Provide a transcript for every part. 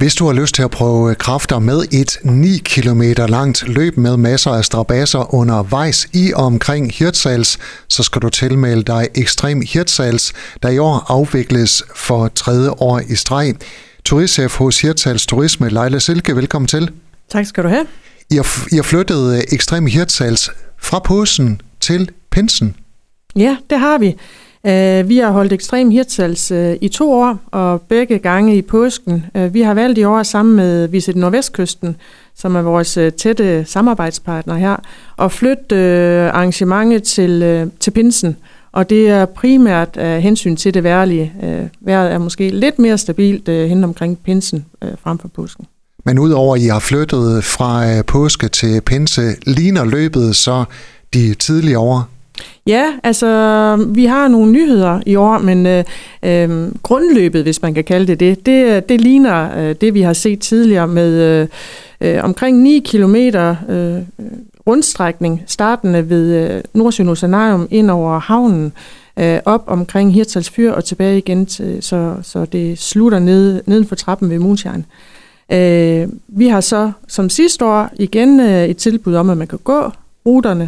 Hvis du har lyst til at prøve kræfter med et 9 km langt løb med masser af strabadser undervejs i og omkring Hirtshals, så skal du tilmelde dig Extreme Hirtshals, der i år afvikles for 3. år i streg. Turistchef hos Hirtshals Turisme, Leila Silke, velkommen til. Tak skal du have. I har flyttet Extreme Hirtshals fra påsken til pinsen. Ja, det har vi. Vi har holdt Extreme Hirtshals i 2 år, og begge gange i påsken. Vi har valgt i år sammen med Visit Nordvestkysten, som er vores tætte samarbejdspartner her, at flytte arrangementet til pinsen. Og det er primært af hensyn til det vejrlige. Vejret er måske lidt mere stabilt hen omkring pinsen frem for påsken. Men udover at I har flyttet fra påske til pinse, ligner løbet så de tidligere år? Ja, altså vi har nogle nyheder i år, men grundløbet, hvis man kan kalde det ligner det, vi har set tidligere med omkring 9 kilometer rundstrækning, startende ved Nordsjælland Oceanarium ind over havnen, op omkring Hirtshals Fyr og tilbage igen, så det slutter neden for trappen ved Moonshine. Vi har så som sidste år igen et tilbud om, at man kan gå ruten.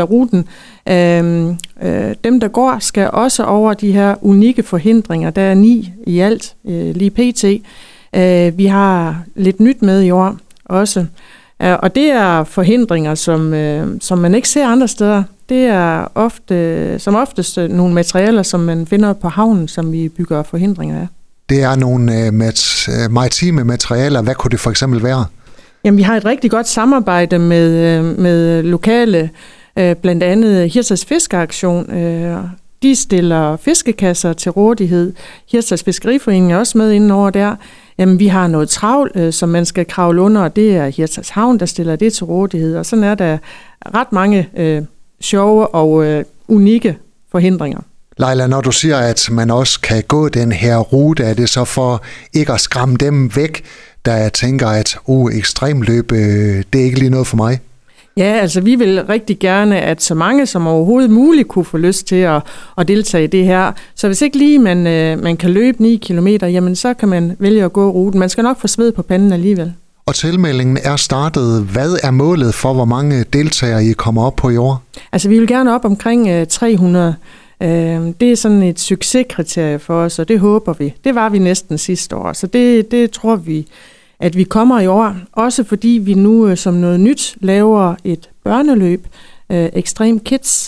Dem, der går, skal også over de her unikke forhindringer. Der er 9 i alt, lige pt. Vi har lidt nyt med i år også. Og det er forhindringer, som man ikke ser andre steder. Det er som oftest nogle materialer, som man finder på havnen, som vi bygger forhindringer af. Det er nogle maritime materialer. Hvad kunne det for eksempel være? Jamen, vi har et rigtig godt samarbejde med lokale, blandt andet Hirtshals Fiskeaktion. De stiller fiskekasser til rådighed. Hirtshals Fiskeriforening er også med inden over der. Jamen, vi har noget travl, som man skal kravle under, og det er Hirtshals Havn, der stiller det til rådighed. Og sådan er der ret mange sjove og unikke forhindringer. Leila, når du siger, at man også kan gå den her rute, er det så for ikke at skræmme dem væk, der tænker, at ekstremløb, det er ikke lige noget for mig? Ja, altså vi vil rigtig gerne, at så mange som overhovedet muligt kunne få lyst til at deltage i det her. Så hvis ikke lige man kan løbe 9 kilometer, jamen så kan man vælge at gå ruten. Man skal nok få sved på panden alligevel. Og tilmeldingen er startet. Hvad er målet for, hvor mange deltagere I kommer op på i år? Altså vi vil gerne op omkring 300. Det er sådan et succeskriterie for os, og det håber vi. Det var vi næsten sidste år, så det tror vi, at vi kommer i år. Også fordi vi nu som noget nyt laver et børneløb, Extreme Kids,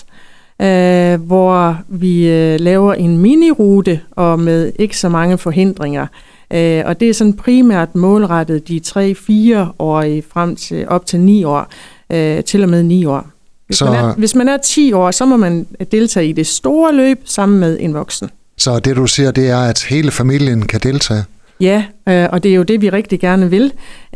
hvor vi laver en minirute og med ikke så mange forhindringer. Og det er sådan primært målrettet de 3-4-årige frem til op til 9 år, til og med 9 år. Hvis man er 10 år, så må man deltage i det store løb sammen med en voksen. Så det du siger, det er, at hele familien kan deltage? Ja, og det er jo det, vi rigtig gerne vil,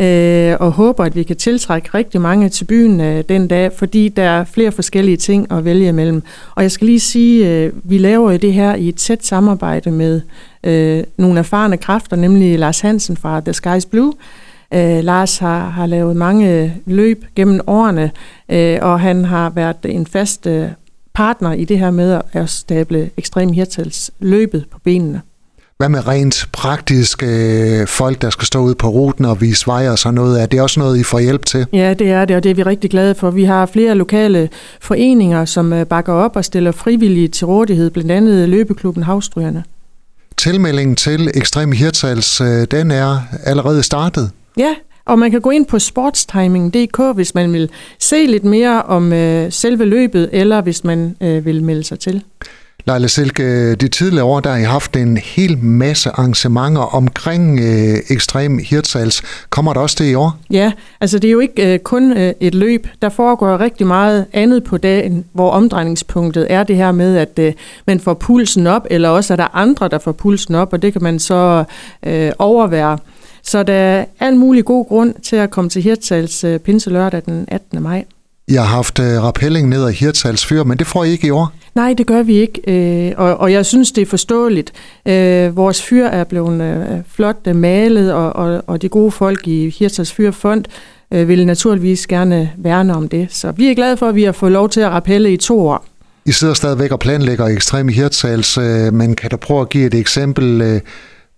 og håber, at vi kan tiltrække rigtig mange til byen den dag, fordi der er flere forskellige ting at vælge imellem. Og jeg skal lige sige, at vi laver det her i et tæt samarbejde med nogle erfarne kræfter, nemlig Lars Hansen fra The Sky is Blue. Lars har lavet mange løb gennem årene, og han har været en fast partner i det her med at stable Extreme Hirtshals løbet på benene. Hvad med rent praktisk folk, der skal stå ude på ruten og vise vej og sådan noget? Er det også noget, I får hjælp til? Ja, det er det, og det er vi rigtig glade for. Vi har flere lokale foreninger, som bakker op og stiller frivillige til rådighed, blandt andet løbeklubben Havstrygerne. Tilmeldingen til Extreme Hirtshals, den er allerede startet? Ja, og man kan gå ind på sportstiming.dk, hvis man vil se lidt mere om selve løbet, eller hvis man vil melde sig til. Leila Silke, de tidligere år, der har I haft en hel masse arrangementer omkring Extreme Hirtshals. Kommer der også det i år? Ja, altså det er jo ikke kun et løb. Der foregår rigtig meget andet på dagen, hvor omdrejningspunktet er det her med, at man får pulsen op, eller også er der andre, der får pulsen op, og det kan man så overvære. Så der er al mulig god grund til at komme til Hirtshals pinse lørdag den 18. maj. I har haft rappelling ned ad Hirtshals Fyr, men det får I ikke i år? Nej, det gør vi ikke, og jeg synes, det er forståeligt. Vores fyr er blevet flot malet, og de gode folk i Hirtshals Fyr Fond vil naturligvis gerne værne om det. Så vi er glade for, at vi har fået lov til at rappelle i 2 år. I sidder stadigvæk og planlægger Extreme Hirtshals, men kan du prøve at give et eksempel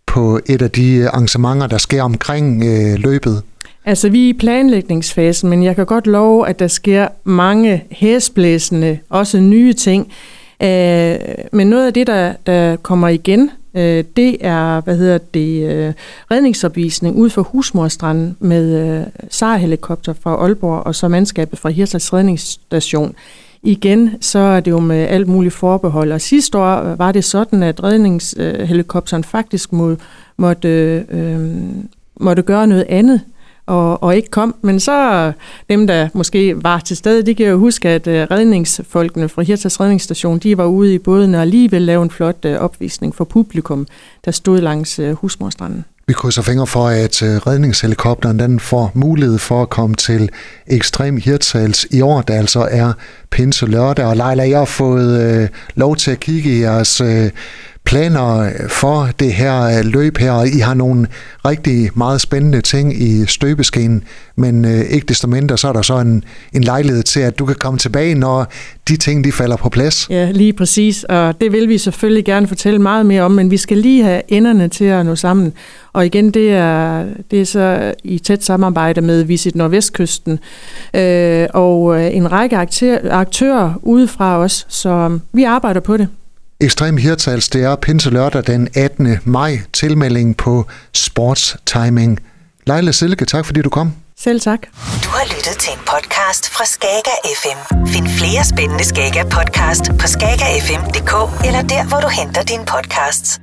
på et af de arrangementer, der sker omkring løbet? Altså, vi er i planlægningsfasen, men jeg kan godt love, at der sker mange hæsblæsende, også nye ting. Men noget af det, der kommer igen, det er, redningsopvisning ude for Husmorstranden med SAR-helikopter fra Aalborg og så mandskabet fra Hirtshals redningsstation. Igen, så er det jo med alt muligt forbehold. Og sidste år var det sådan, at redningshelikopteren faktisk måtte gøre noget andet og ikke kom. Men så dem, der måske var til stede, de kan jo huske, at redningsfolkene fra Hirtshals redningsstation, de var ude i båden og alligevel lave en flot opvisning for publikum, der stod langs Husmorstranden. Vi krydser fingre for, at redningshelikopteren den får mulighed for at komme til Ekstrem Hirtshals i år, der altså er pinse lørdag. Og Leila, jeg har fået lov til at kigge i jeres planer for det her løb her, og I har nogle rigtig meget spændende ting i støbeskeen, men ikke desto mindre, så er der så en lejlighed til, at du kan komme tilbage, når de ting, de falder på plads. Ja, lige præcis, og det vil vi selvfølgelig gerne fortælle meget mere om, men vi skal lige have enderne til at nå sammen. Og igen, det er så i tæt samarbejde med Visit Nordvestkysten og en række aktører udefra os, så vi arbejder på det. Ekstrem Hirtshals, det er pinse lørdag den 18. maj. Tilmelding på Sportstiming. Leila Silke, tak fordi du kom. Selv tak. Du har lyttet til en podcast fra Skager FM. Find flere spændende Skager podcast på skagerfm.dk eller der, hvor du henter dine podcasts.